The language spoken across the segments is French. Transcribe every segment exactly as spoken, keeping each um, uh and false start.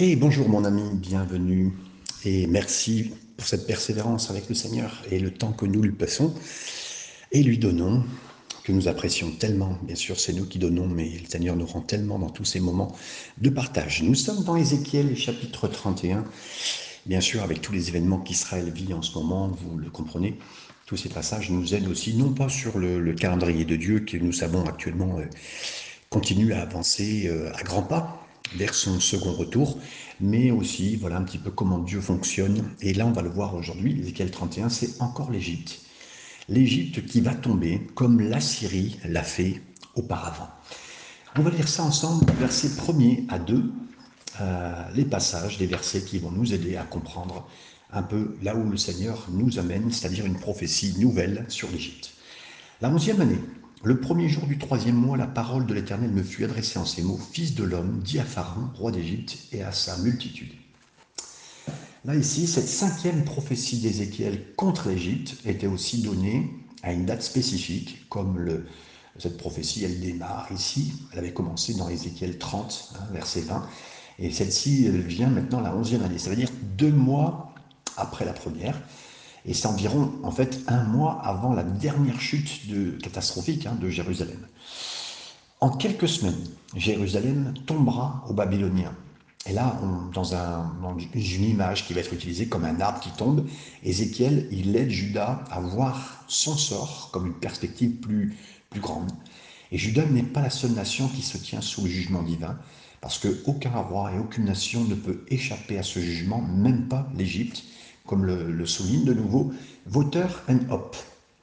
Et bonjour mon ami, bienvenue et merci pour cette persévérance avec le Seigneur et le temps que nous lui passons et lui donnons, que nous apprécions tellement. Bien sûr, c'est nous qui donnons, mais le Seigneur nous rend tellement dans tous ces moments de partage. Nous sommes dans Ézéchiel chapitre trente et un, bien sûr avec tous les événements qu'Israël vit en ce moment, vous le comprenez. Tous ces passages nous aident aussi, non pas sur le, le calendrier de Dieu que nous savons actuellement euh, continue à avancer euh, à grands pas vers son second retour, mais aussi voilà un petit peu comment Dieu fonctionne. Et là, on va le voir aujourd'hui, Ézéchiel trente et un, c'est encore l'Égypte. L'Égypte qui va tomber comme l'Assyrie l'a fait auparavant. On va lire ça ensemble, versets premier à deux, euh, les passages, les versets qui vont nous aider à comprendre un peu là où le Seigneur nous amène, c'est-à-dire une prophétie nouvelle sur l'Égypte. La onzième année, le premier jour du troisième mois, la parole de l'Éternel me fut adressée en ces mots: Fils de l'homme, dis à Pharaon, roi d'Égypte, et à sa multitude. Là, ici, cette cinquième prophétie d'Ézéchiel contre l'Égypte était aussi donnée à une date spécifique, comme le, cette prophétie, elle démarre ici. Elle avait commencé dans Ézéchiel trente, hein, verset vingt, et celle-ci, elle vient maintenant la onzième année. Ça veut dire deux mois après la première. Et c'est environ, en fait, un mois avant la dernière chute de, catastrophique hein, de Jérusalem. En quelques semaines, Jérusalem tombera aux Babyloniens. Et là, on, dans, un, dans une image qui va être utilisée comme un arbre qui tombe, Ézéchiel, il aide Juda à voir son sort comme une perspective plus, plus grande. Et Juda n'est pas la seule nation qui se tient sous le jugement divin, parce qu'aucun roi et aucune nation ne peut échapper à ce jugement, même pas l'Égypte, comme le, le souligne de nouveau Water and Hop.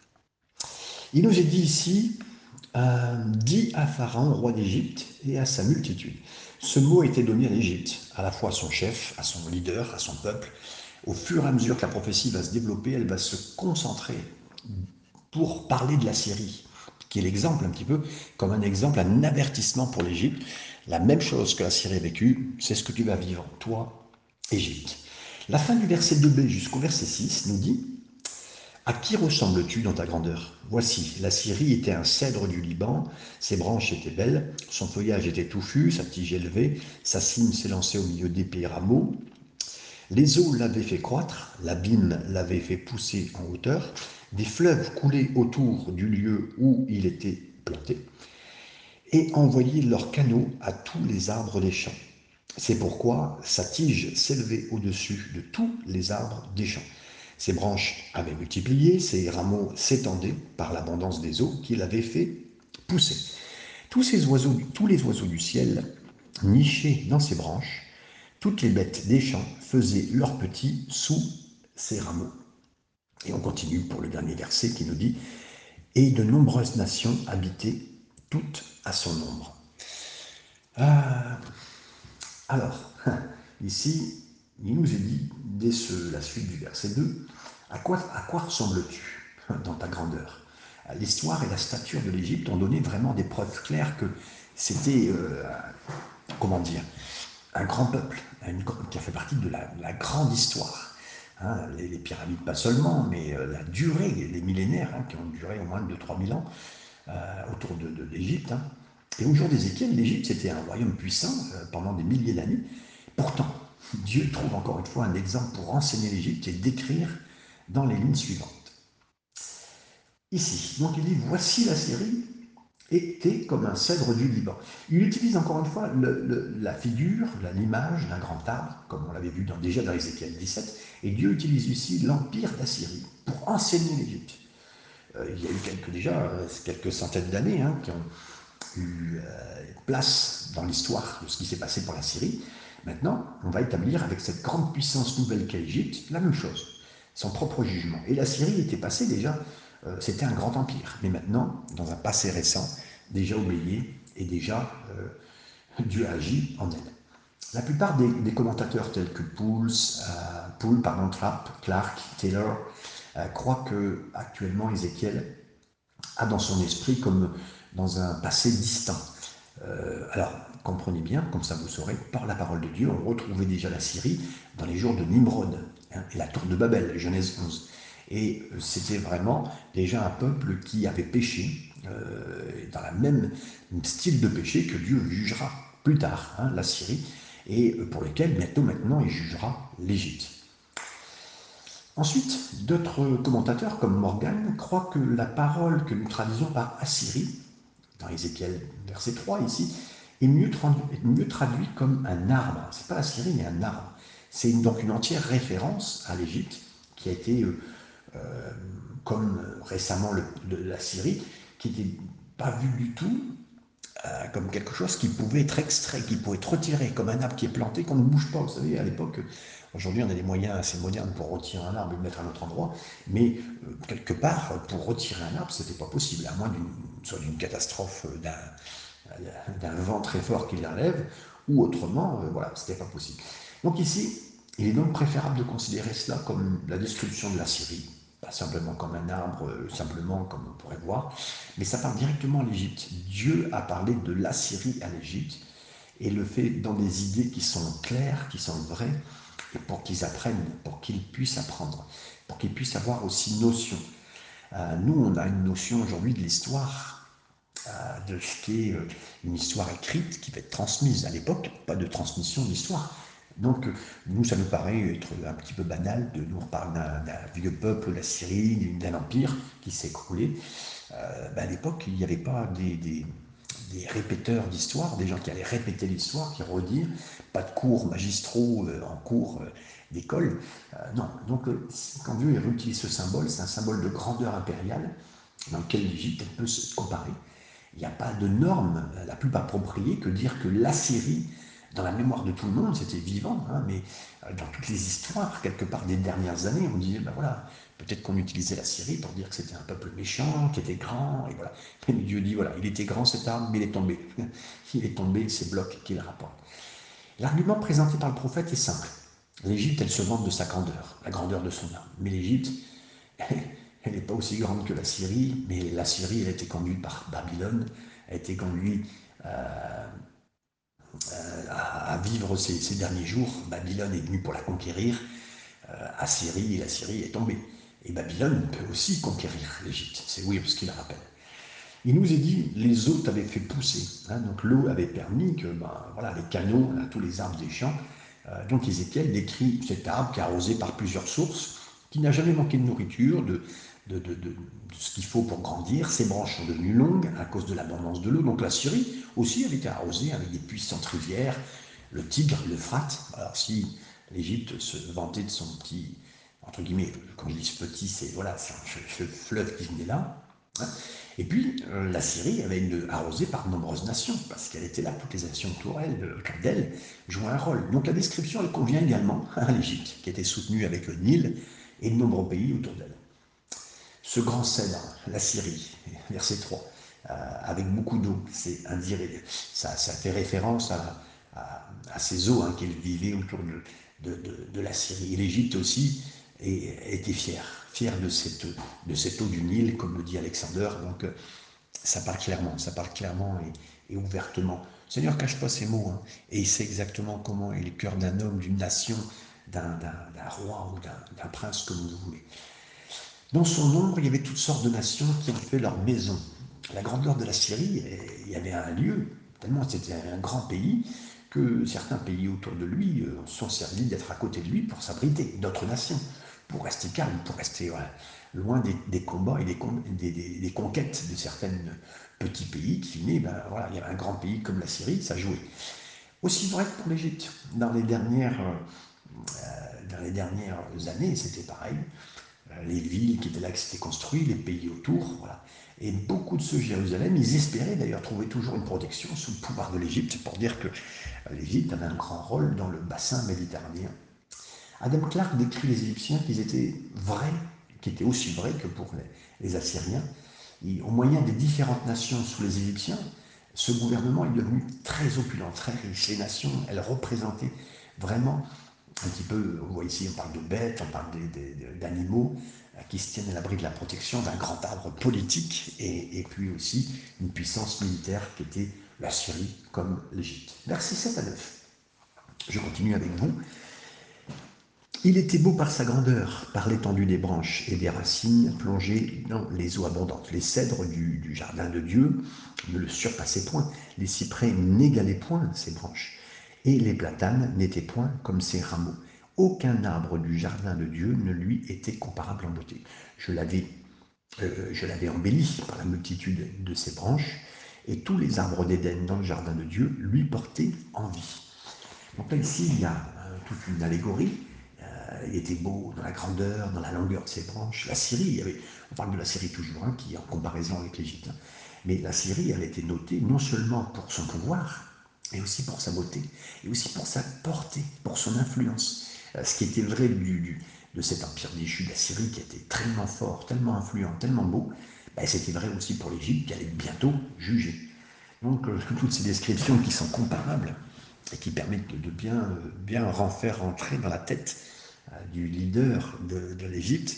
Il nous est dit ici, euh, dit à Pharaon, roi d'Égypte, et à sa multitude. Ce mot était donné à l'Égypte, à la fois à son chef, à son leader, à son peuple. Au fur et à mesure que la prophétie va se développer, elle va se concentrer pour parler de la Syrie, qui est l'exemple un petit peu, comme un exemple, un avertissement pour l'Égypte. La même chose que la Syrie a vécu, c'est ce que tu vas vivre, toi, Égypte. La fin du verset deux b jusqu'au verset six nous dit: à qui ressembles-tu dans ta grandeur? Voici, la Syrie était un cèdre du Liban, ses branches étaient belles, son feuillage était touffu, sa tige élevée, sa cime s'élançait au milieu d'épais rameaux. Les eaux l'avaient fait croître, l'abîme l'avait fait pousser en hauteur, des fleuves coulaient autour du lieu où il était planté, et envoyaient leurs canaux à tous les arbres des champs. C'est pourquoi sa tige s'élevait au-dessus de tous les arbres des champs. Ses branches avaient multiplié, ses rameaux s'étendaient par l'abondance des eaux qu'il avait fait pousser. Tous, ces oiseaux, tous les oiseaux du ciel nichaient dans ses branches, toutes les bêtes des champs faisaient leurs petits sous ses rameaux. Et on continue pour le dernier verset qui nous dit: et de nombreuses nations habitaient toutes à son ombre. Ah, alors, ici, il nous est dit, dès ce, la suite du verset deux, à quoi, à quoi ressembles-tu dans ta grandeur? L'histoire et la stature de l'Égypte ont donné vraiment des preuves claires que c'était, euh, comment dire, un grand peuple, une, qui a fait partie de la, la grande histoire. Hein, les, les, pyramides, pas seulement, mais euh, la durée, les millénaires, hein, qui ont duré au moins de trois mille ans euh, autour de, de l'Égypte. Hein. Et au jour d'Ézéchiel, l'Égypte, c'était un royaume puissant euh, pendant des milliers d'années. Pourtant, Dieu trouve encore une fois un exemple pour enseigner l'Égypte et décrire dans les lignes suivantes. Ici, donc il dit: voici la Syrie était comme un cèdre du Liban. Il utilise encore une fois le, le, la figure, l'image d'un grand arbre, comme on l'avait vu dans, déjà dans Ézéchiel dix-sept, et Dieu utilise ici l'empire d'Assyrie pour enseigner l'Égypte. Euh, il y a eu quelques, déjà quelques centaines d'années hein, qui ont eu euh, place dans l'histoire de ce qui s'est passé pour la Syrie. Maintenant, on va établir avec cette grande puissance nouvelle qu'est l'Égypte la même chose, son propre jugement. Et la Syrie était passée déjà, euh, c'était un grand empire. Mais maintenant, dans un passé récent, déjà oublié, et déjà euh, Dieu a agi en elle. La plupart des, des commentateurs tels que Pouls, euh, Poole, pardon, Trapp, Clark, Taylor euh, croient que actuellement Ézéchiel a dans son esprit comme dans un passé distant. Euh, alors, comprenez bien, comme ça vous saurez, par la parole de Dieu, on retrouvait déjà la Syrie dans les jours de Nimrod hein, et la tour de Babel, Genèse onze. Et c'était vraiment déjà un peuple qui avait péché, euh, dans le même style de péché que Dieu jugera plus tard, hein, la Syrie. et pour lesquels bientôt maintenant il jugera l'Égypte. Ensuite, d'autres commentateurs comme Morgan croient que la parole que nous traduisons par Assyrie, dans Ézéchiel verset trois ici, est mieux traduit, est mieux traduit comme un arbre. C'est pas la Syrie, mais un arbre. C'est donc une entière référence à l'Égypte qui a été, euh, euh, comme récemment le, le, la Syrie, qui n'était pas vue du tout euh, comme quelque chose qui pouvait être extrait, qui pouvait être retiré, comme un arbre qui est planté, qu'on ne bouge pas. Vous savez, à l'époque, aujourd'hui on a des moyens assez modernes pour retirer un arbre et le mettre à un autre endroit, mais euh, quelque part, pour retirer un arbre, c'était pas possible, à moins d'une, soit d'une catastrophe, d'un d'un vent très fort qui l'enlève, ou autrement, euh, voilà, c'était pas possible. Donc ici, il est donc préférable de considérer cela comme la description de la Syrie, pas simplement comme un arbre, euh, simplement comme on pourrait voir, mais ça parle directement à l'Égypte. Dieu a parlé de la Syrie à l'Égypte, et le fait dans des idées qui sont claires, qui sont vraies, et pour qu'ils apprennent, pour qu'ils puissent apprendre, pour qu'ils puissent avoir aussi notion. Euh, nous, on a une notion aujourd'hui de l'histoire, de ce qui est une histoire écrite qui va être transmise. À l'époque, pas de transmission d'histoire. Donc, nous, ça nous paraît être un petit peu banal de nous reparler d'un, d'un vieux peuple, la Syrie, d'un empire qui s'est écroulé. Euh, ben à l'époque, il n'y avait pas des, des, des répéteurs d'histoire, des gens qui allaient répéter l'histoire, qui redire, pas de cours magistraux euh, en cours euh, d'école. Euh, non, donc euh, quand Dieu utilise ce symbole, c'est un symbole de grandeur impériale dans lequel l'Égypte peut se comparer. Il n'y a pas de norme la plus appropriée que dire que l'Assyrie, dans la mémoire de tout le monde, c'était vivant, hein, mais dans toutes les histoires, quelque part des dernières années, on disait, ben voilà, peut-être qu'on utilisait la Syrie pour dire que c'était un peuple méchant, qui était grand, et voilà. Mais Dieu dit, voilà, il était grand cet arbre, mais il est tombé. Il est tombé, ces blocs qu'il rapporte. L'argument présenté par le prophète est simple. L'Égypte, elle se vante de sa grandeur, la grandeur de son âme. Mais l'Égypte, elle n'est pas aussi grande que la Syrie, mais la Syrie, elle a été conduite par Babylone, a été conduite euh, euh, à, à, vivre ses, ses, derniers jours. Babylone est venue pour la conquérir. Euh, Assyrie, et la Syrie est tombée. Et Babylone peut aussi conquérir l'Égypte. C'est oui, ce qu'il rappelle. Il nous est dit, les eaux t'avaient fait pousser. Hein, donc l'eau avait permis que, ben, voilà, les canaux, là, tous les arbres des champs. Euh, donc Ézéchiel décrit cet arbre qui est arrosé par plusieurs sources, qui n'a jamais manqué de nourriture, de, de, de, de, de ce qu'il faut pour grandir. Ses branches sont devenues longues à cause de l'abondance de l'eau. Donc la Syrie aussi avait été arrosée avec des puissantes rivières, le Tigre, l'Euphrate. Alors si l'Égypte se vantait de son petit, entre guillemets, quand je dis ce petit, c'est voilà, c'est un fleuve qui venait là. Hein. Et puis, euh, la Syrie avait une arrosée par de nombreuses nations, parce qu'elle était là, toutes les nations autour d'elle jouaient un rôle. Donc la description, elle convient également à l'Égypte, qui était soutenue avec le Nil et de nombreux pays autour d'elle. Ce grand cèdre, la Syrie, verset trois, euh, avec beaucoup d'eau, c'est indirect, ça, ça fait référence à, à, à ces eaux hein, qu'elle vivait autour de, de, de, de la Syrie. Et l'Égypte aussi et, était fière, fière de cette, de cette eau du Nil, comme le dit Alexander. Donc ça parle clairement, ça parle clairement et, et ouvertement. Le Seigneur ne cache pas ses mots, hein, et il sait exactement comment est le cœur d'un homme, d'une nation, d'un, d'un, d'un roi ou d'un, d'un prince, comme vous voulez. Dans son ombre, il y avait toutes sortes de nations qui ont fait leur maison. La grandeur de la Syrie, il y avait un lieu, tellement c'était un grand pays, que certains pays autour de lui sont servis d'être à côté de lui pour s'abriter, d'autres nations, pour rester calme, pour rester ouais, loin des, des combats et des, des, des, des conquêtes de certains petits pays qui venaient, ben, voilà, il y avait un grand pays comme la Syrie, ça jouait. Aussi vrai que pour l'Égypte. Dans les dernières, euh, dans les dernières années, c'était pareil. Les villes qui étaient là, qui s'étaient construites, les pays autour, voilà. Et beaucoup de ceux de Jérusalem, ils espéraient d'ailleurs trouver toujours une protection sous le pouvoir de l'Égypte, pour dire que l'Égypte avait un grand rôle dans le bassin méditerranéen. Adam Clarke décrit les Égyptiens qu'ils étaient vrais, qui étaient aussi vrais que pour les, les Assyriens. Et au moyen des différentes nations sous les Égyptiens, ce gouvernement est devenu très opulent, très riche. Les nations, elles représentaient vraiment un petit peu, on voit ici, on parle de bêtes, on parle d'animaux qui se tiennent à l'abri de la protection d'un grand arbre politique et, et puis aussi une puissance militaire qui était la Syrie comme l'Égypte. Versets sept à neuf. Je continue avec vous. Il était beau par sa grandeur, par l'étendue des branches et des racines plongées dans les eaux abondantes. Les cèdres du, du jardin de Dieu ne le surpassaient point. Les cyprès n'égalaient point ses branches. Et les platanes n'étaient point comme ses rameaux. Aucun arbre du jardin de Dieu ne lui était comparable en beauté. Je l'avais euh, je l'avais embelli par la multitude de ses branches, et tous les arbres d'Éden dans le jardin de Dieu lui portaient envie. Donc là, ici, il y a euh, toute une allégorie. Euh, il était beau dans la grandeur, dans la longueur de ses branches. La Syrie, il y avait, on parle de la Syrie toujours, hein, qui est en comparaison avec l'Égypte. Hein. Mais la Syrie, elle était notée non seulement pour son pouvoir, mais aussi pour sa beauté, et aussi pour sa portée, pour son influence. Euh, ce qui était vrai du, du, de cet empire déchu de la Syrie, qui était tellement fort, tellement influent, tellement beau, ben, c'était vrai aussi pour l'Égypte, qui allait bientôt juger. Donc, euh, toutes ces descriptions qui sont comparables, et qui permettent de, de bien, bien faire rentrer dans la tête euh, du leader de, de l'Égypte,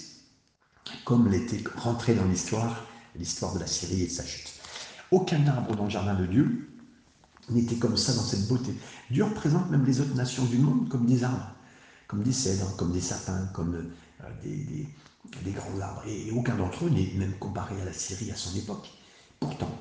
comme l'était rentré dans l'histoire, l'histoire de la Syrie et de sa chute. Aucun arbre dans le jardin de Dieu n'était comme ça dans cette beauté. Dieu représente même les autres nations du monde comme des arbres, comme des cèdres, comme des sapins, comme euh, des, des, des grands arbres. Et aucun d'entre eux n'est même comparé à la Syrie à son époque. Pourtant,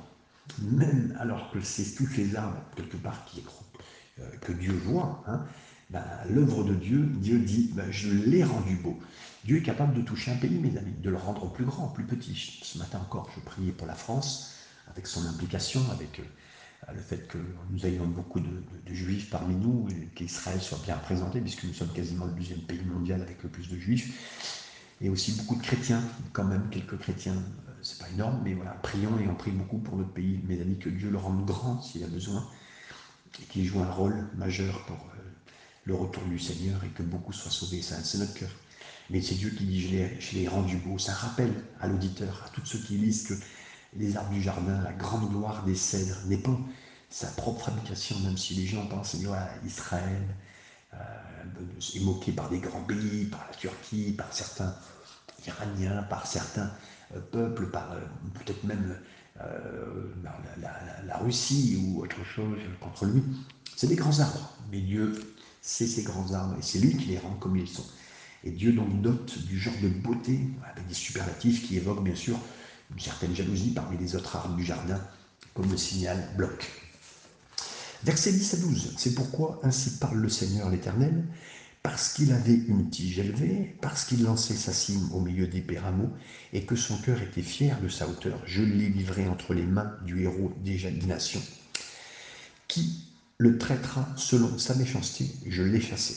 même alors que c'est tous ces arbres, quelque part, qui, euh, que Dieu voit, hein, ben, l'œuvre de Dieu, Dieu dit, ben, je l'ai rendu beau. Dieu est capable de toucher un pays, mes amis, de le rendre plus grand, plus petit. Ce matin encore, je priais pour la France, avec son implication, avec euh, le fait que nous ayons beaucoup de, de, de juifs parmi nous, et qu'Israël soit bien représenté, puisque nous sommes quasiment le deuxième pays mondial avec le plus de juifs, et aussi beaucoup de chrétiens, quand même, quelques chrétiens, euh, c'est pas énorme, mais voilà, prions et on prie beaucoup pour notre pays, mes amis, que Dieu le rende grand s'il y a besoin, et qu'il joue un rôle majeur pour euh, le retour du Seigneur et que beaucoup soient sauvés. Ça, c'est notre cœur. Mais c'est Dieu qui dit, je l'ai, je l'ai rendu beau. Ça rappelle à l'auditeur, à tous ceux qui lisent, que les arbres du jardin, la grande gloire des cèdres, n'est pas sa propre fabrication, même si les gens pensent à Israël, euh, est moqué par des grands pays, par la Turquie, par certains Iraniens, par certains euh, peuples, par euh, peut-être même euh, la, la, la, Russie ou autre chose contre lui. C'est des grands arbres, mais Dieu, c'est ces grands arbres et c'est lui qui les rend comme ils sont. Et Dieu donc dote du genre de beauté, avec des superlatifs qui évoquent bien sûr une certaine jalousie parmi les autres arbres du jardin, comme le signal bloc. Versets dix à douze, c'est pourquoi ainsi parle le Seigneur l'Éternel, parce qu'il avait une tige élevée, parce qu'il lançait sa cime au milieu des rameaux, et que son cœur était fier de sa hauteur, je l'ai livré entre les mains du héros des nations, qui le traitera selon sa méchanceté, je l'ai chassé.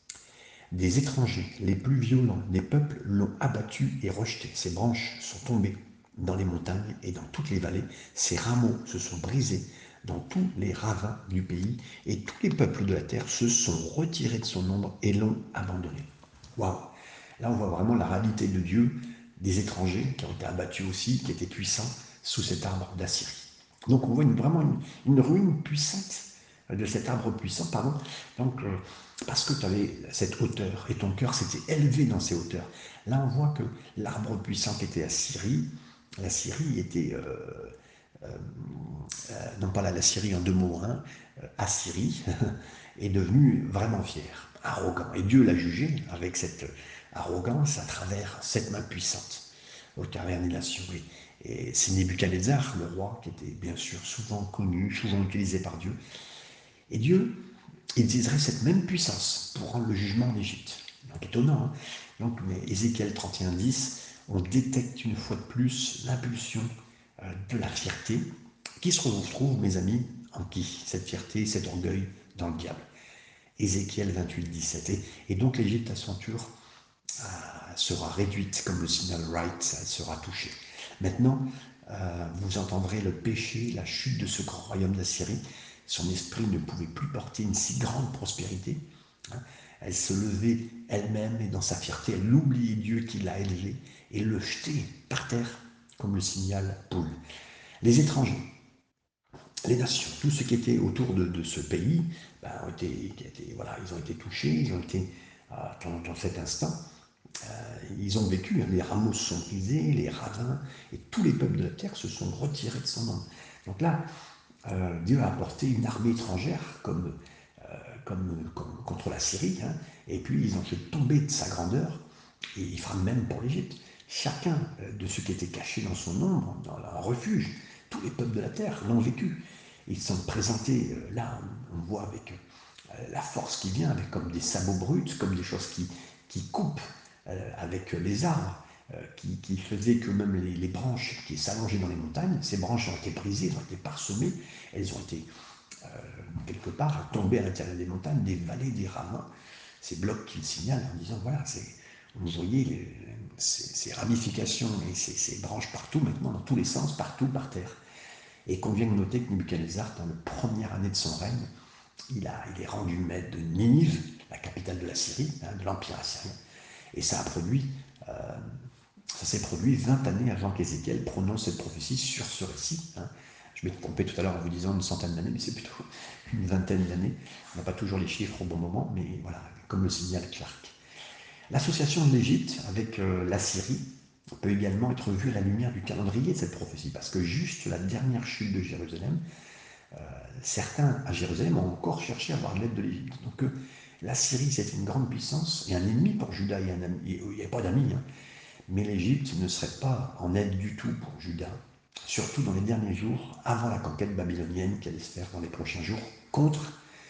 Des étrangers, les plus violents des peuples, l'ont abattu et rejeté. Ses branches sont tombées dans les montagnes et dans toutes les vallées. Ses rameaux se sont brisés dans tous les ravins du pays, et tous les peuples de la terre se sont retirés de son ombre et l'ont abandonné. Waouh! Là, on voit vraiment la réalité de Dieu, des étrangers qui ont été abattus aussi, qui étaient puissants sous cet arbre d'Assyrie. Donc, on voit une, vraiment une, une ruine puissante de cet arbre puissant, pardon. Donc, euh, parce que tu avais cette hauteur et ton cœur s'était élevé dans ces hauteurs. Là, on voit que l'arbre puissant qui était Assyrie, la Syrie était, euh, euh, euh, non pas la, la Syrie en deux mots, hein, euh, Assyrie, est devenu vraiment fier, arrogant. Et Dieu l'a jugé avec cette arrogance à travers cette main puissante au travers des nations. Et, et c'est Nebuchadnezzar, le roi, qui était bien sûr souvent connu, souvent utilisé par Dieu. Et Dieu utiliserait cette même puissance pour rendre le jugement en Égypte. Donc étonnant. Hein. Donc, mais Ézéchiel trente et un, dix, on détecte une fois de plus l'impulsion euh, de la fierté qui se retrouve, mes amis, en qui? Cette fierté, cet orgueil dans le diable. Ézéchiel vingt-huit, dix-sept. Et, et donc l'Égypte à son tour euh, sera réduite comme le signal right, elle sera touchée. Maintenant, euh, vous entendrez le péché, la chute de ce grand royaume d'Assyrie. Son esprit ne pouvait plus porter une si grande prospérité. Hein. Elle se levait elle-même et dans sa fierté, elle oubliait Dieu qui l'a élevée et le jetait par terre comme le signal poule. Les étrangers, les nations, tout ce qui était autour de, de ce pays, ben, ont été, été, voilà, ils ont été touchés, ils ont été euh, dans, dans cet instant. Euh, ils ont vécu, hein, les rameaux se sont brisés, les ravins, et tous les peuples de la terre se sont retirés de son nom. Donc là, euh, Dieu a apporté une armée étrangère comme, euh, comme, comme contre la Syrie, hein, et puis ils ont fait tomber de sa grandeur, et il fera même pour l'Égypte. Chacun de ceux qui étaient cachés dans son ombre, dans un refuge, tous les peuples de la terre l'ont vécu. Ils sont présentés, euh, là, on voit avec euh, la force qui vient avec comme des sabots bruts, comme des choses qui, qui coupent euh, avec les arbres, euh, qui, qui faisaient que même les, les branches qui s'allongeaient dans les montagnes, ces branches ont été brisées, elles ont été parsemées, elles ont été euh, quelque part tombées à l'intérieur des montagnes, des vallées, des ravins, ces blocs qui le signalent en disant voilà, c'est, vous voyez les, ces, ces, ramifications et ces, ces branches partout maintenant, dans tous les sens, partout par terre. Et qu'on vient de noter que Nebuchadnezzar, dans la première année de son règne, il, a, il est rendu maître de Ninive, la capitale de la Syrie, hein, de l'Empire assyrien. Et ça a produit, euh, ça s'est produit vingt années avant qu'Ézéchiel prononce cette prophétie sur ce récit. Hein. Je m'étais trompé tout à l'heure en vous disant une centaine d'années, mais c'est plutôt une vingtaine d'années. On n'a pas toujours les chiffres au bon moment, mais voilà, comme le signale Clark. L'association de l'Égypte avec euh, la Syrie peut également être vue à la lumière du calendrier de cette prophétie, parce que juste la dernière chute de Jérusalem, euh, certains à Jérusalem ont encore cherché à avoir de l'aide de l'Égypte. Donc euh, la Syrie, c'est une grande puissance et un ennemi pour Juda et un ami. Il n'y a pas d'amis, hein. Mais l'Égypte ne serait pas en aide du tout pour Juda, surtout dans les derniers jours, avant la conquête babylonienne qui allait se faire dans les prochains jours, contre,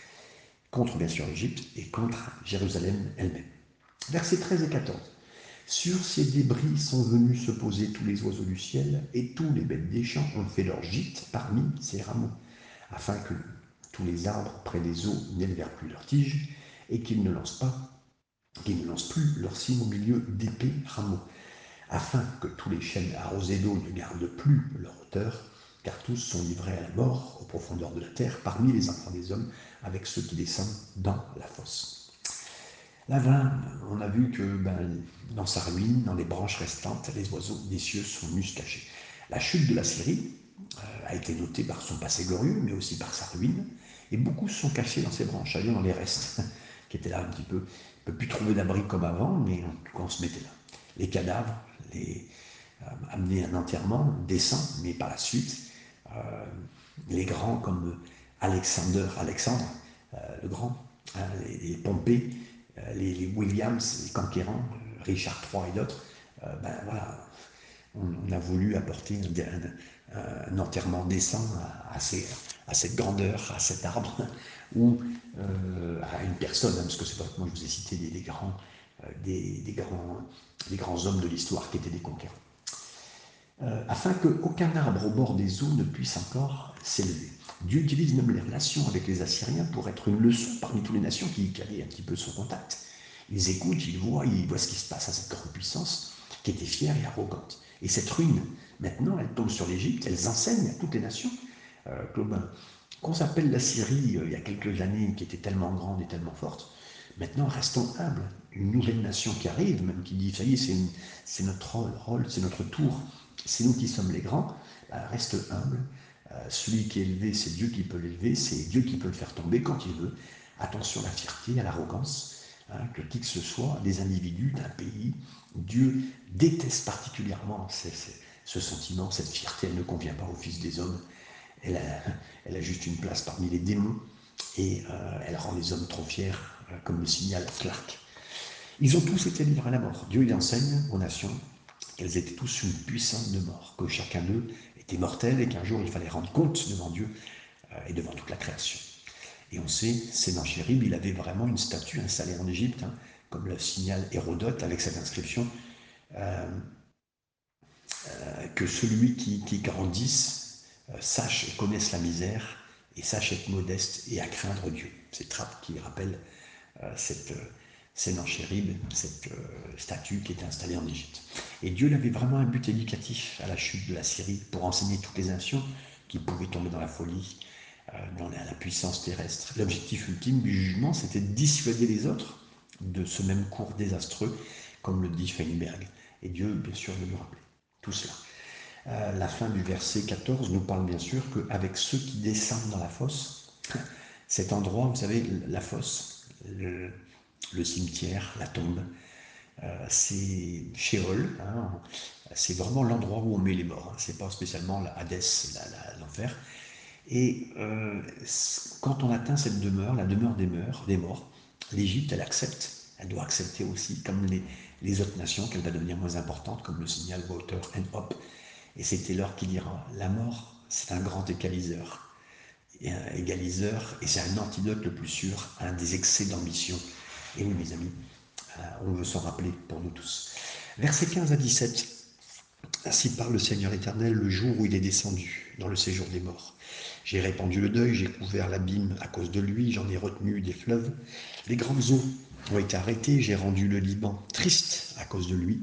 contre bien sûr l'Égypte et contre Jérusalem elle-même. Versets treize et quatorze. Sur ces débris sont venus se poser tous les oiseaux du ciel, et tous les bêtes des champs ont fait leur gîte parmi ces rameaux, afin que tous les arbres près des eaux n'élevèrent plus leurs tiges, et qu'ils ne lancent pas, qu'ils ne lancent plus leurs cimes au milieu d'épais rameaux, afin que tous les chênes arrosés d'eau ne gardent plus leur hauteur, car tous sont livrés à la mort aux profondeurs de la terre, parmi les enfants des hommes, avec ceux qui descendent dans la fosse. Là, on a vu que ben, dans sa ruine, dans les branches restantes, les oiseaux des cieux sont venus se cacher. La chute de la Syrie euh, a été notée par son passé glorieux, mais aussi par sa ruine, et beaucoup se sont cachés dans ces branches, ailleurs dans les restes, qui étaient là un petit peu. On ne peut plus trouver d'abri comme avant, mais en tout cas on se mettait là. Les cadavres, les, euh, amener un enterrement décent, mais par la suite, euh, les grands comme Alexander, Alexandre euh, le Grand, hein, les, les Pompée, euh, les, les Williams, les Conquérants, Richard trois et d'autres, euh, ben voilà, on, on, a voulu apporter un, un, un enterrement décent à, à, ces, à, cette grandeur, à cet arbre, ou euh, à une personne, hein, parce que c'est pas moi je vous ai cité des, des grands, euh, des, des, grands, des grands hommes de l'histoire qui étaient des conquérants. Euh, afin qu'aucun arbre au bord des eaux ne puisse encore s'élever. Dieu utilise même les relations avec les Assyriens pour être une leçon parmi toutes les nations qui, qui avaient un petit peu son contact. Ils écoutent, ils voient, ils voient ce qui se passe à cette grande puissance qui était fière et arrogante. Et cette ruine, maintenant, elle tombe sur l'Égypte, elles enseignent à toutes les nations. Euh, qu'on s'appelle la Syrie euh, il y a quelques années, qui était tellement grande et tellement forte, maintenant restons humbles. Une nouvelle nation qui arrive, même qui dit, ça y est, c'est notre rôle, rôle c'est notre tour, c'est nous qui sommes les grands, bah, reste humble. Euh, celui qui est élevé, c'est Dieu qui peut l'élever, c'est Dieu qui peut le faire tomber quand il veut. Attention à la fierté, à l'arrogance, hein, que qui que ce soit, des individus, d'un pays. Dieu déteste particulièrement ces, ces, ce sentiment, cette fierté, elle ne convient pas aux fils des hommes. Elle a, elle a juste une place parmi les démons et euh, elle rend les hommes trop fiers, euh, comme le signale Clark. Ils ont tous été livrés à la mort. Dieu il enseigne aux nations qu'elles étaient tous une puissance de mort, que chacun d'eux était mortel et qu'un jour il fallait rendre compte devant Dieu euh, et devant toute la création. Et on sait, Sénachérib, il avait vraiment une statue installée en Égypte, hein, comme le signale Hérodote avec cette inscription, euh, euh, que celui qui, qui grandisse euh, sache et connaisse la misère et sache être modeste et à craindre Dieu. C'est Trappe qui rappelle euh, cette euh, Sénachérib, cette euh, statue qui était installée en Égypte. Et Dieu avait vraiment un but éducatif à la chute de la Syrie pour enseigner toutes les nations qui pouvaient tomber dans la folie, euh, dans la, la puissance terrestre. L'objectif ultime du jugement, c'était de dissuader les autres de ce même cours désastreux, comme le dit Feinberg. Et Dieu, bien sûr, veut nous rappeler tout cela. Euh, la fin du verset quatorze nous parle bien sûr qu'avec ceux qui descendent dans la fosse, cet endroit, vous savez, la fosse, le, le cimetière, la tombe, euh, c'est Sheol, hein, c'est vraiment l'endroit où on met les morts, hein, c'est pas spécialement la Hadès, l'enfer. Et euh, quand on atteint cette demeure, la demeure des, meurs, des morts, l'Égypte, elle accepte, elle doit accepter aussi, comme les, les autres nations, qu'elle va devenir moins importante, comme le signal Water and Hop. Et c'est Taylor qui dira, la mort, c'est un grand égaliseur. et un égaliseur, et c'est un antidote le plus sûr à un des excès d'ambition. Et oui, mes amis, on veut s'en rappeler pour nous tous. Versets quinze à dix-sept. Ainsi parle le Seigneur éternel le jour où il est descendu dans le séjour des morts. J'ai répandu le deuil, j'ai couvert l'abîme à cause de lui, j'en ai retenu des fleuves. Les grandes eaux ont été arrêtées, j'ai rendu le Liban triste à cause de lui.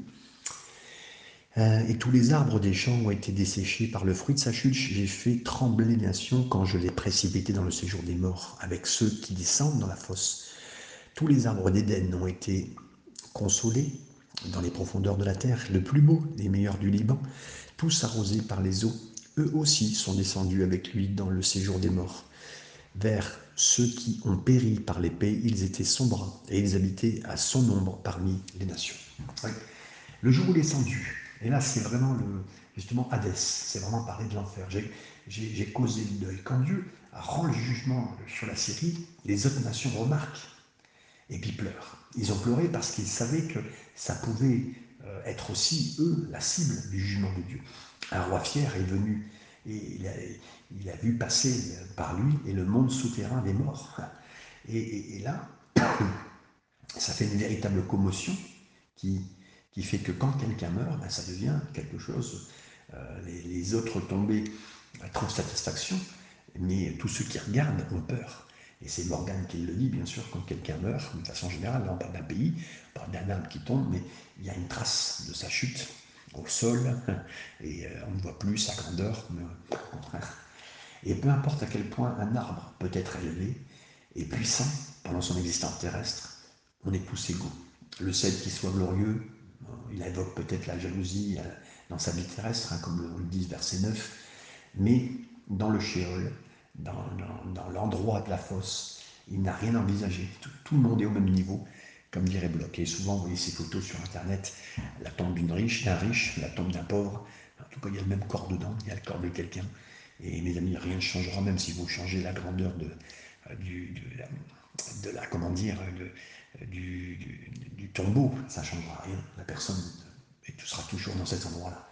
Euh, et tous les arbres des champs ont été desséchés par le fruit de sa chute. J'ai fait trembler les nations quand je l'ai précipité dans le séjour des morts, avec ceux qui descendent dans la fosse. Tous les arbres d'Éden ont été consolés dans les profondeurs de la terre, le plus beau, les meilleurs du Liban, tous arrosés par les eaux. Eux aussi sont descendus avec lui dans le séjour des morts. Vers ceux qui ont péri par l'épée, ils étaient sombres et ils habitaient à son nombre parmi les nations. Oui. Le jour où il est descendu, et là c'est vraiment le, justement Hadès, c'est vraiment parler de l'enfer. J'ai, j'ai, j'ai causé le deuil. Quand Dieu rend le jugement sur la Syrie, les autres nations remarquent et puis pleurent. Ils ont pleuré parce qu'ils savaient que ça pouvait euh, être aussi, eux, la cible du jugement de Dieu. Un roi fier est venu et il a, il a vu passer par lui et le monde souterrain des morts. Et, et, et là, ça fait une véritable commotion qui, qui fait que quand quelqu'un meurt, ben ça devient quelque chose. Euh, les, les autres tombés trouvent satisfaction, mais tous ceux qui regardent ont peur. Et c'est Morgane qui le dit, bien sûr, quand quelqu'un meurt, de façon générale, là on parle d'un pays, on parle d'un arbre qui tombe, mais il y a une trace de sa chute au sol, et on ne voit plus sa grandeur, mais au contraire. Et peu importe à quel point un arbre peut être élevé et puissant pendant son existence terrestre, on est tous égaux. Le fait qu'il soit glorieux, il évoque peut-être la jalousie dans sa vie terrestre, hein, comme on le dit verset neuf, mais dans le shéol, dans, dans, dans l'endroit de la fosse, il n'a rien envisagé. Tout, tout le monde est au même niveau, comme dirait Bloch. Et souvent, vous voyez ces photos sur Internet, la tombe d'une riche, d'un riche, la tombe d'un pauvre. En tout cas, il y a le même corps dedans, il y a le corps de quelqu'un. Et mes amis, rien ne changera, même si vous changez la grandeur de, du, de, la, de la, comment dire, de, du, du, du tombeau, ça ne changera rien. La personne et tout sera toujours dans cet endroit-là.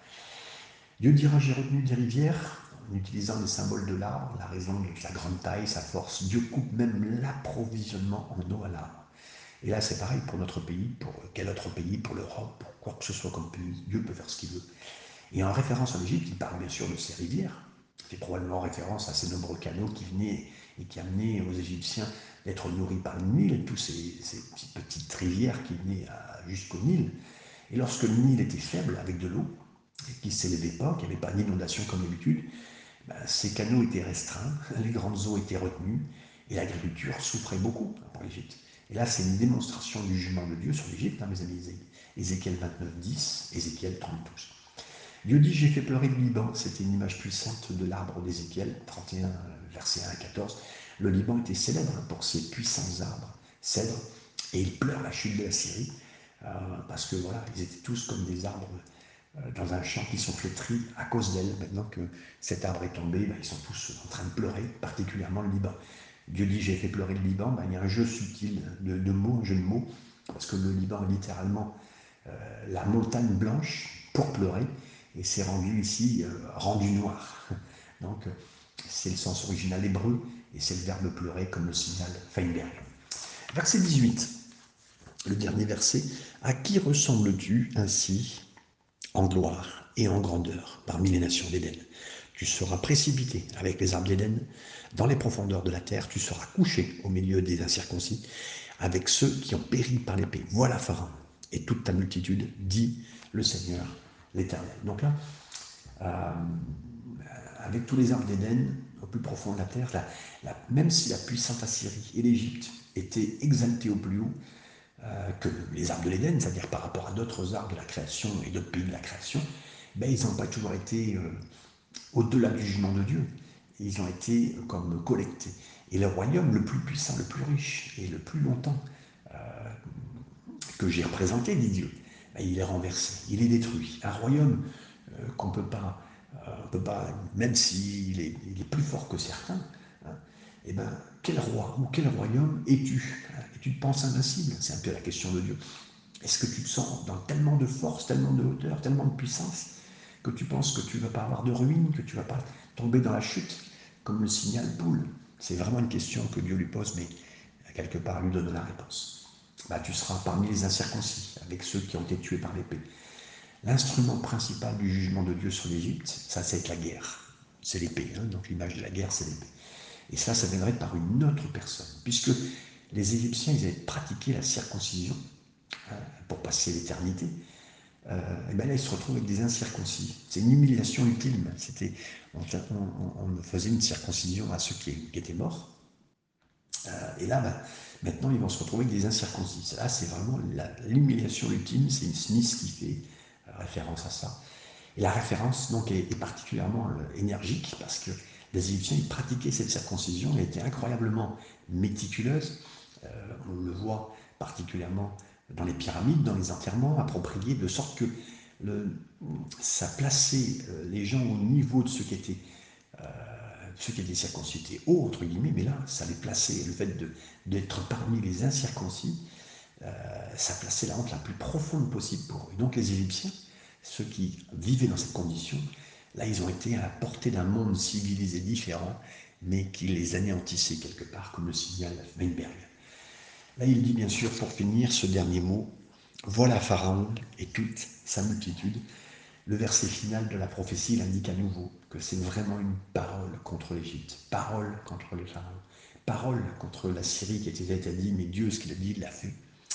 Dieu dira, j'ai retenu des rivières, en utilisant les symboles de l'arbre, la raison de sa grande taille, sa force. Dieu coupe même l'approvisionnement en eau à l'arbre. Et là, c'est pareil pour notre pays, pour quel autre pays, pour l'Europe, pour quoi que ce soit comme pays. Dieu peut faire ce qu'il veut. Et en référence à l'Égypte, il parle bien sûr de ces rivières. Il fait probablement référence à ces nombreux canaux qui venaient et qui amenaient aux Égyptiens d'être nourris par le Nil, tous ces, ces petites rivières qui venaient jusqu'au Nil. Et lorsque le Nil était faible, avec de l'eau, et qui ne s'élevait pas, qu'il n'y avait pas d'inondation comme d'habitude, ben, ces canaux étaient restreints, les grandes eaux étaient retenues, et l'agriculture souffrait beaucoup pour l'Égypte. Et là, c'est une démonstration du jugement de Dieu sur l'Égypte, hein, mes amis. Ézéchiel vingt-neuf, dix, Ézéchiel trente, douze. Dieu dit, j'ai fait pleurer le Liban. C'était une image puissante de l'arbre d'Ézéchiel, trente et un, versets un à quatorze. Le Liban était célèbre pour ses puissants arbres, cèdres, et il pleure la chute de la Syrie, euh, parce que voilà, ils étaient tous comme des arbres euh, dans un champ qui sont flétris à cause d'elle. Maintenant que cet arbre est tombé, ben, ils sont tous en train de pleurer, particulièrement le Liban. Dieu dit, j'ai fait pleurer le Liban. Ben, il y a un jeu subtil de, de mots, un jeu de mots, parce que le Liban est littéralement euh, la montagne blanche pour pleurer, et c'est rendu ici, euh, rendu noir. Donc, euh, c'est le sens original hébreu, et c'est le verbe pleurer comme le signal Feinberg. Verset dix-huit, le dernier verset. À qui ressembles-tu ainsi en gloire et en grandeur parmi les nations d'Éden? Tu seras précipité avec les arbres d'Éden dans les profondeurs de la terre, tu seras couché au milieu des incirconcis avec ceux qui ont péri par l'épée. Voilà Pharaon et toute ta multitude, dit le Seigneur l'Éternel. Donc là, euh, avec tous les arbres d'Éden, au plus profond de la terre, la, la, même si la puissante Assyrie et l'Égypte étaient exaltés au plus haut, euh, que les arbres de l'Éden, c'est-à-dire par rapport à d'autres arbres de la création et d'autres pays de la création, ben, ils n'ont pas toujours été euh, au-delà du jugement de Dieu. Ils ont été euh, comme collectés. Et le royaume le plus puissant, le plus riche et le plus longtemps euh, que j'ai représenté, dit Dieu, ben, il est renversé, il est détruit. Un royaume euh, qu'on ne peut pas, euh, on peut pas, même s'il est, il est plus fort que certains, hein, eh ben, quel roi ou quel royaume es-tu? Et tu te penses invincible? C'est un peu la question de Dieu. Est-ce que tu te sens dans tellement de force, tellement de hauteur, tellement de puissance, que tu penses que tu ne vas pas avoir de ruine, que tu ne vas pas tomber dans la chute, comme le signal boule. C'est vraiment une question que Dieu lui pose, mais quelque part lui donne la réponse. Bah, tu seras parmi les incirconcis, avec ceux qui ont été tués par l'épée. L'instrument principal du jugement de Dieu sur l'Égypte, ça c'est la guerre. C'est l'épée, hein, donc l'image de la guerre, c'est l'épée. Et ça, ça viendrait par une autre personne, puisque les Égyptiens, ils avaient pratiqué la circoncision hein, pour passer l'éternité. Euh, et bien là, ils se retrouvent avec des incirconcis. C'est une humiliation ultime. C'était, on, on, on faisait une circoncision à ceux qui, qui étaient morts. Euh, et là, ben, maintenant, ils vont se retrouver avec des incirconcis. Là, c'est vraiment l'humiliation ultime. C'est une Smith qui fait référence à ça. Et la référence donc est, est particulièrement euh, énergique parce que les Égyptiens ils pratiquaient cette circoncision, elle était incroyablement méticuleuse. Euh, on le voit particulièrement dans les pyramides, dans les enterrements appropriés, de sorte que le, ça plaçait euh, les gens au niveau de ceux qui étaient euh, ceux qui étaient circoncis étaient hauts, entre guillemets, mais là, ça les plaçait, le fait de, d'être parmi les incirconcis, euh, ça plaçait la honte la plus profonde possible pour eux. Et donc les Égyptiens, ceux qui vivaient dans cette condition, là, ils ont été à la portée d'un monde civilisé différent, mais qui les anéantissait quelque part, comme le signale Weinberg. Là, il dit bien sûr, pour finir, ce dernier mot, voilà Pharaon et toute sa multitude. Le verset final de la prophétie l'indique à nouveau que c'est vraiment une parole contre l'Égypte, parole contre le Pharaon, parole contre la Syrie qui était déjà dit, mais Dieu, ce qu'il a dit, il l'a fait.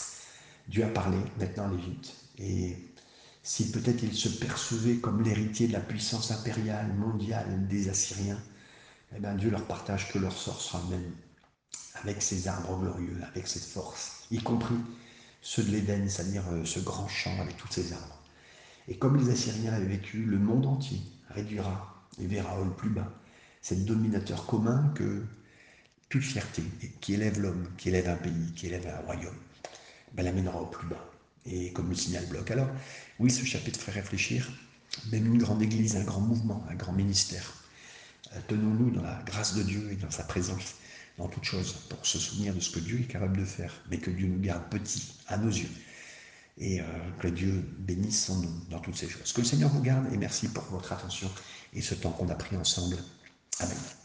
Dieu a parlé maintenant à l'Égypte. Et si peut-être il se percevait comme l'héritier de la puissance impériale mondiale des Assyriens, eh bien Dieu leur partage que leur sort sera le même, avec ses arbres glorieux, avec cette force, y compris ceux de l'Éden, c'est-à-dire ce grand champ avec tous ces arbres. Et comme les Assyriens avaient vécu, le monde entier réduira et verra au plus bas. C'est le dominateur commun que toute fierté qui élève l'homme, qui élève un pays, qui élève un royaume, ben, l'amènera au plus bas. Et comme le signal bloc. Alors, oui, ce chapitre fait réfléchir. Même une grande église, un grand mouvement, un grand ministère. Tenons-nous dans la grâce de Dieu et dans sa présence dans toutes choses pour se souvenir de ce que Dieu est capable de faire, mais que Dieu nous garde petits à nos yeux. Et euh, que Dieu bénisse son nom dans toutes ces choses. Que le Seigneur vous garde et merci pour votre attention et ce temps qu'on a pris ensemble. Amen.